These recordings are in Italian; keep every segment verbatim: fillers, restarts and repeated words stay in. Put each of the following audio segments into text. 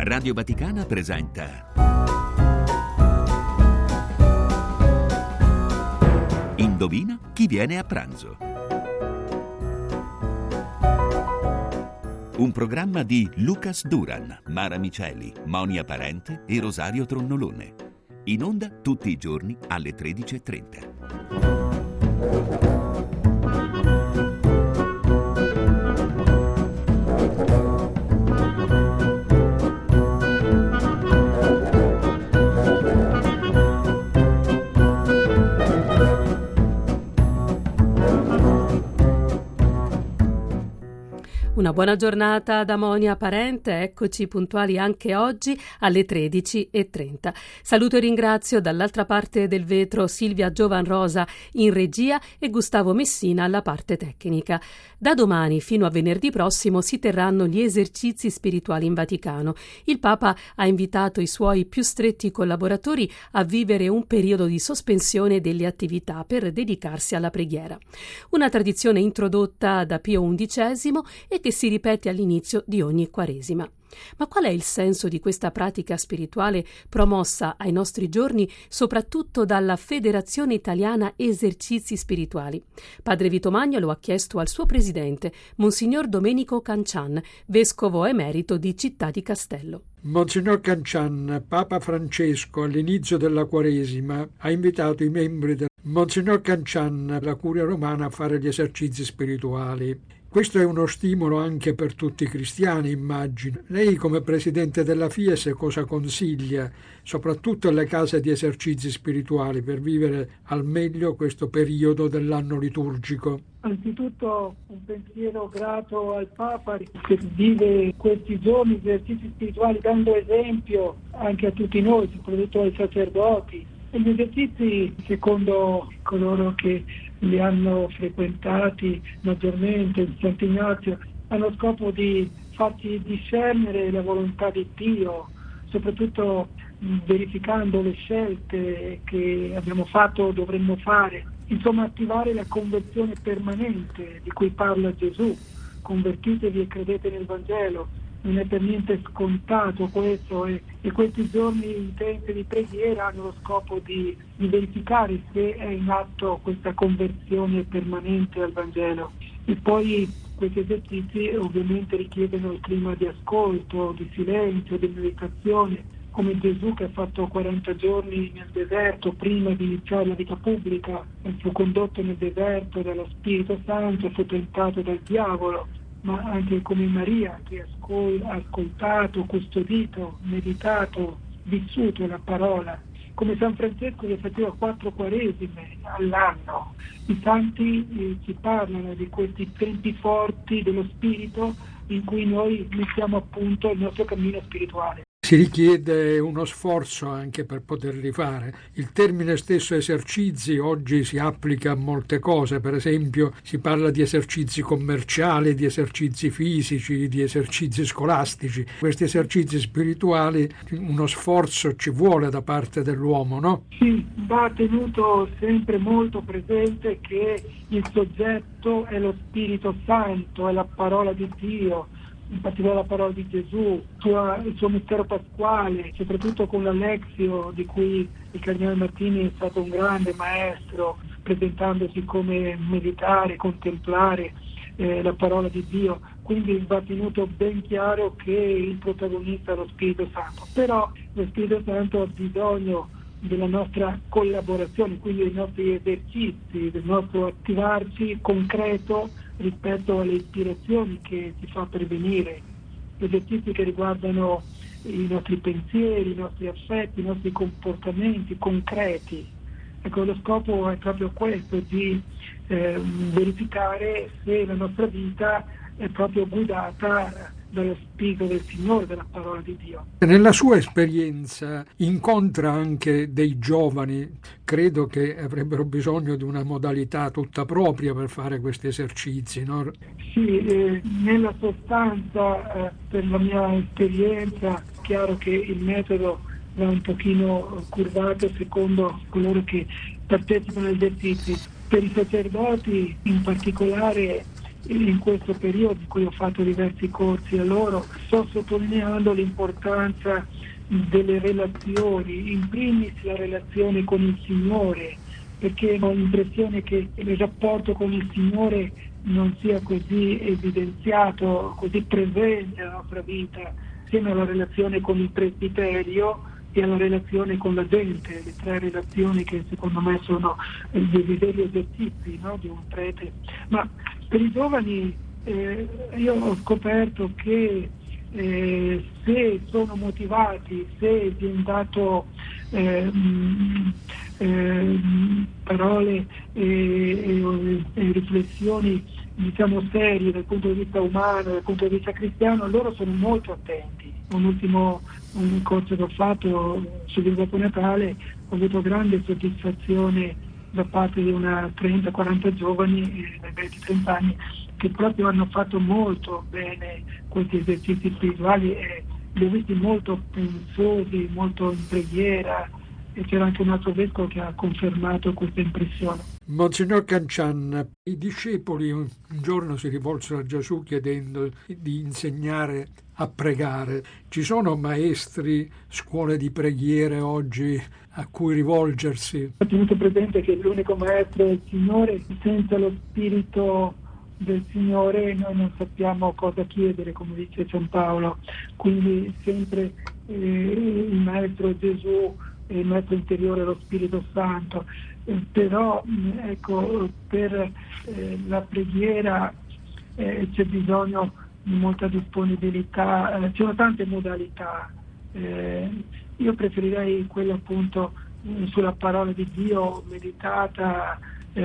Radio Vaticana presenta Indovina chi viene a pranzo. Un programma di Lucas Duran, Mara Miceli, Monia Parente e Rosario Tronnolone. In onda tutti i giorni alle tredici e trenta. Una buona giornata da Monia Parente, eccoci puntuali anche oggi alle tredici e trenta. Saluto e ringrazio dall'altra parte del vetro Silvia Giovanrosa in regia e Gustavo Messina alla parte tecnica. Da domani fino a venerdì prossimo si terranno gli esercizi spirituali in Vaticano. Il Papa ha invitato i suoi più stretti collaboratori a vivere un periodo di sospensione delle attività per dedicarsi alla preghiera. Una tradizione introdotta da Pio undicesimo e che si ripete all'inizio di ogni Quaresima. Ma qual è il senso di questa pratica spirituale promossa ai nostri giorni soprattutto dalla Federazione Italiana Esercizi Spirituali? Padre Vito Magno lo ha chiesto al suo presidente, Monsignor Domenico Cancian, vescovo emerito di Città di Castello. Monsignor Cancian, Papa Francesco all'inizio della Quaresima ha invitato i membri del Monsignor Cancian, la Curia Romana, a fare gli esercizi spirituali. Questo è uno stimolo anche per tutti i cristiani, immagino. Lei, come presidente della FIES, cosa consiglia, soprattutto alle case di esercizi spirituali, per vivere al meglio questo periodo dell'anno liturgico? Anzitutto un pensiero grato al Papa che vive questi giorni di esercizi spirituali dando esempio anche a tutti noi, soprattutto ai sacerdoti. E gli esercizi, secondo coloro che li hanno frequentati maggiormente in Sant'Ignazio, hanno scopo di farci discernere la volontà di Dio, soprattutto verificando le scelte che abbiamo fatto o dovremmo fare. Insomma, attivare la conversione permanente di cui parla Gesù. Convertitevi e credete nel Vangelo. Non è per niente scontato questo e, e questi giorni intensi di preghiera hanno lo scopo di, di verificare se è in atto questa conversione permanente al Vangelo. E poi questi esercizi ovviamente richiedono il clima di ascolto, di silenzio, di meditazione, come Gesù che ha fatto quaranta giorni nel deserto prima di iniziare la vita pubblica, e fu condotto nel deserto dallo Spirito Santo, fu tentato dal diavolo, ma anche come Maria che ha ascoltato, custodito, meditato, vissuto la parola, come San Francesco che faceva quattro quaresime all'anno. I santi eh, ci parlano di questi tempi forti dello spirito in cui noi mettiamo a punto il nostro cammino spirituale. Si richiede uno sforzo anche per poterli fare. Il termine stesso esercizi oggi si applica a molte cose, per esempio si parla di esercizi commerciali, di esercizi fisici, di esercizi scolastici. Questi esercizi spirituali, uno sforzo ci vuole da parte dell'uomo, no? Sì, va tenuto sempre molto presente che il soggetto è lo Spirito Santo, è la parola di Dio, in particolare la parola di Gesù, il suo mistero pasquale, soprattutto con l'Alexio, di cui il Cardinale Martini è stato un grande maestro, presentandosi come meditare, contemplare eh, la parola di Dio. Quindi va tenuto ben chiaro che il protagonista è lo Spirito Santo. Però lo Spirito Santo ha bisogno della nostra collaborazione, quindi dei nostri esercizi, del nostro attivarci concreto rispetto alle ispirazioni che ci fa pervenire, esercizi che riguardano i nostri pensieri, i nostri affetti, i nostri comportamenti concreti. Ecco, lo scopo è proprio questo, di eh, verificare se la nostra vita è proprio guidata dallo Spirito del Signore, della parola di Dio. Nella sua esperienza incontra anche dei giovani, credo che avrebbero bisogno di una modalità tutta propria per fare questi esercizi, no? Sì, eh, nella sostanza, eh, per la mia esperienza, è chiaro che il metodo va un pochino curvato secondo coloro che partecipano agli esercizi. Per i sacerdoti in particolare in questo periodo in cui ho fatto diversi corsi a loro, sto sottolineando l'importanza delle relazioni, in primis la relazione con il Signore, perché ho l'impressione che il rapporto con il Signore non sia così evidenziato, così presente nella nostra vita, insieme alla relazione con il presbiterio e alla relazione con la gente, le tre relazioni che secondo me sono i veri esercizi, no, di un prete. Ma per i giovani eh, io ho scoperto che eh, se sono motivati, se viene dato eh, mh, eh, parole e, e, e riflessioni diciamo serie dal punto di vista umano, dal punto di vista cristiano, loro sono molto attenti. Un ultimo un corso che ho fatto sul Babbo Natale, ho avuto grande soddisfazione da parte di una trenta quaranta giovani eh, dai venti trenta anni che proprio hanno fatto molto bene questi esercizi spirituali e li ho visti molto pensosi, molto in preghiera, e c'era anche un altro vescovo che ha confermato questa impressione. Monsignor Cancian, i discepoli un giorno si rivolsero a Gesù chiedendo di insegnare a pregare. Ci sono maestri, scuole di preghiere oggi a cui rivolgersi? Ho tenuto presente che l'unico maestro è il Signore, senza lo spirito del Signore noi non sappiamo cosa chiedere, come dice San Paolo, quindi sempre eh, il maestro è Gesù, il maestro interiore è lo Spirito Santo, eh, però ecco, per eh, la preghiera eh, c'è bisogno di molta disponibilità, eh, ci sono tante modalità, eh, io preferirei quella appunto eh, sulla parola di Dio meditata,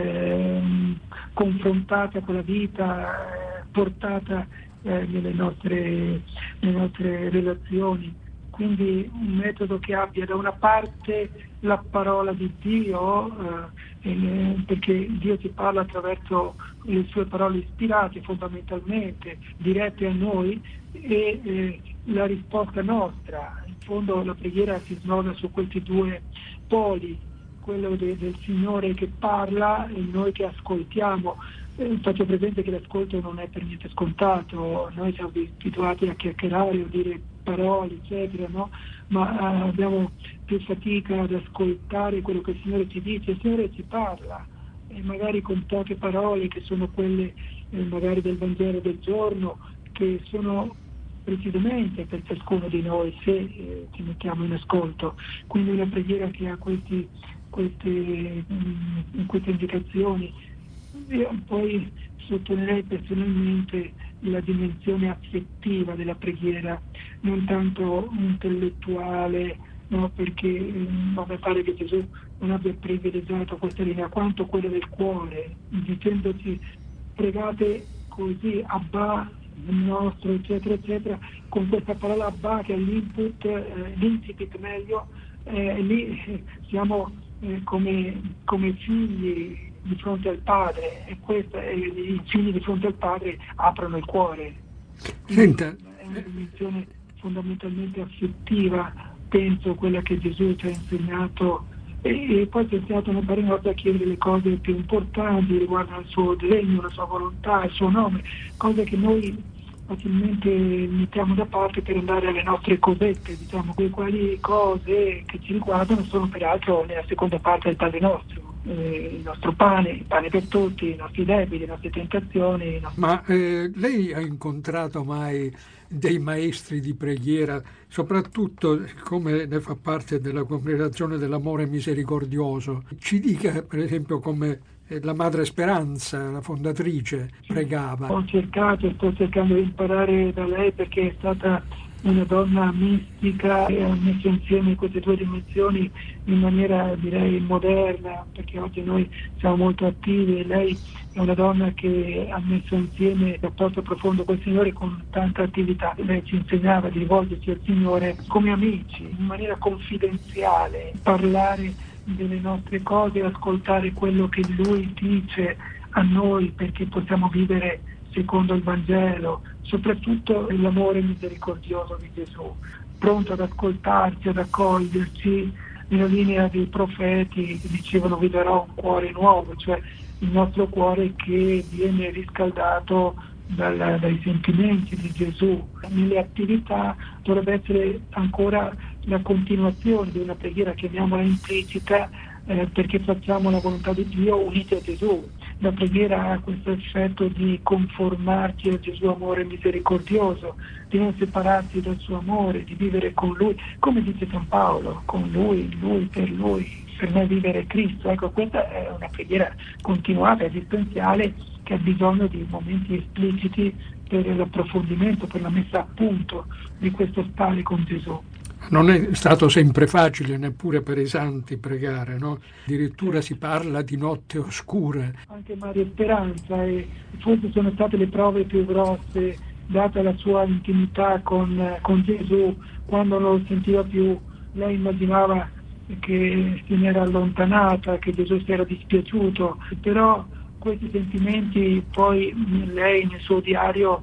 eh, confrontata con la vita, eh, portata eh, nelle nostre, nelle nostre relazioni. Quindi un metodo che abbia da una parte la parola di Dio, eh, eh, perché Dio ci parla attraverso le sue parole ispirate fondamentalmente, dirette a noi, e eh, la risposta nostra. In fondo la preghiera si snoda su questi due poli, quello de- del Signore che parla e noi che ascoltiamo. Eh, faccio presente che l'ascolto non è per niente scontato, noi siamo abituati a chiacchierare o dire parole eccetera, no? Ma eh, abbiamo più fatica ad ascoltare quello che il Signore ci dice. Il Signore ci parla e magari con poche parole che sono quelle eh, magari del Vangelo del giorno, che sono precisamente per ciascuno di noi se eh, ci mettiamo in ascolto. Quindi una preghiera che ha questi, queste, mh, queste indicazioni. Io poi sottolineerei personalmente la dimensione affettiva della preghiera, non tanto intellettuale, no, perché eh, a me pare che Gesù non abbia privilegiato questa linea, quanto quella del cuore, dicendoci pregate così, Abba nostro, eccetera, eccetera, con questa parola Abba che è l'input, eh, l'incipit meglio, eh, lì eh, siamo eh, come, come figli di fronte al padre, e questa, eh, i figli di fronte al padre aprono il cuore. Senta. È una dimensione fondamentalmente affettiva, penso, quella che Gesù ci ha insegnato, e, e poi ci ha insegnato una pari volta a chiedere le cose più importanti riguardano il suo disegno, la sua volontà, il suo nome, cose che noi facilmente mettiamo da parte per andare alle nostre cosette, diciamo, quelle quali cose che ci riguardano sono peraltro nella seconda parte del Padre Nostro. Eh, il nostro pane, il pane per tutti, i nostri debiti, le nostre tentazioni. I nostri... Ma eh, lei ha incontrato mai dei maestri di preghiera, soprattutto come ne fa parte della congregazione dell'amore misericordioso? Ci dica per esempio come la Madre Speranza, la fondatrice, pregava. Ho cercato, sto cercando di imparare da lei, perché è stata una donna mistica e ha messo insieme queste due dimensioni in maniera, direi, moderna, perché oggi noi siamo molto attivi e lei è una donna che ha messo insieme il rapporto profondo col Signore con tanta attività. Lei ci insegnava di rivolgerci al Signore come amici, in maniera confidenziale, parlare delle nostre cose, ascoltare quello che Lui dice a noi perché possiamo vivere secondo il Vangelo, soprattutto l'amore misericordioso di Gesù, pronto ad ascoltarci, ad accoglierci, nella linea dei profeti che dicevano vi darò un cuore nuovo, cioè il nostro cuore che viene riscaldato dal, dai sentimenti di Gesù. Nelle attività dovrebbe essere ancora la continuazione di una preghiera, chiamiamola implicita, eh, perché facciamo la volontà di Dio uniti a Gesù. La preghiera ha questo effetto di conformarci a Gesù amore misericordioso, di non separarsi dal suo amore, di vivere con Lui, come dice San Paolo, con Lui, Lui, per Lui, per me vivere Cristo. Ecco, questa è una preghiera continuata, esistenziale, che ha bisogno di momenti espliciti per l'approfondimento, per la messa a punto di questo stare con Gesù. Non è stato sempre facile neppure per i santi pregare, no? Addirittura si parla di notte oscure. Anche Maria Speranza, e forse sono state le prove più grosse, data la sua intimità con, con Gesù, quando non lo sentiva più. Lei immaginava che se ne era allontanata, che Gesù si era dispiaciuto, però questi sentimenti poi lei nel suo diario,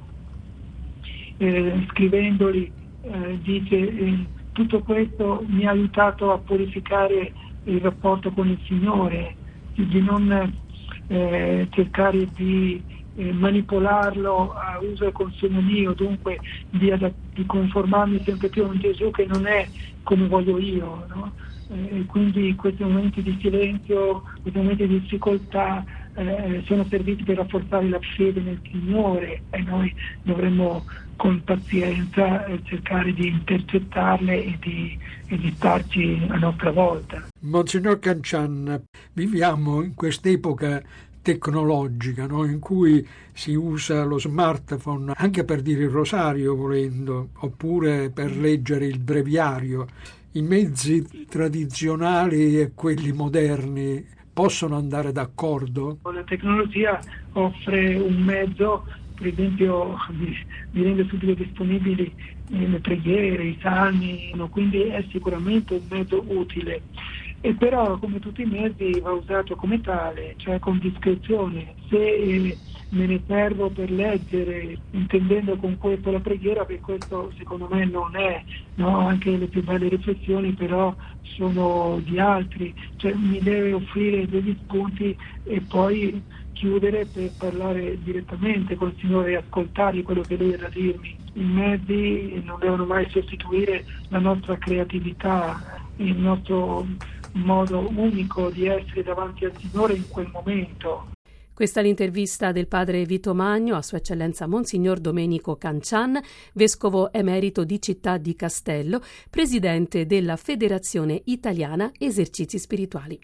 eh, scrivendoli, eh, dice eh, tutto questo mi ha aiutato a purificare il rapporto con il Signore, di non eh, cercare di eh, manipolarlo a uso e consumo mio, dunque di, di conformarmi sempre più a un Gesù che non è come voglio io, no? E quindi questi momenti di silenzio, questi momenti di difficoltà eh, sono serviti per rafforzare la fede nel Signore, e noi dovremmo con pazienza eh, cercare di intercettarle e di, e di starci a nostra volta. Monsignor Cancian, viviamo in quest'epoca tecnologica, no? In cui si usa lo smartphone anche per dire il rosario volendo, oppure per leggere il breviario. I mezzi tradizionali e quelli moderni possono andare d'accordo? La tecnologia offre un mezzo, per esempio, di, di rendere subito disponibili le preghiere, i salmi, no? Quindi è sicuramente un mezzo utile. E però, come tutti i mezzi, va usato come tale, cioè con discrezione. Se eh, me ne servo per leggere, intendendo con questo la preghiera, che questo secondo me non è, no? Anche le più belle riflessioni però sono di altri, cioè mi deve offrire degli spunti e poi chiudere per parlare direttamente col Signore e ascoltargli quello che Lui ha da dirmi. I mezzi non devono mai sostituire la nostra creatività, il nostro modo unico di essere davanti al Signore in quel momento. Questa è l'intervista del padre Vito Magno a Sua Eccellenza Monsignor Domenico Cancian, vescovo emerito di Città di Castello, presidente della Federazione Italiana Esercizi Spirituali.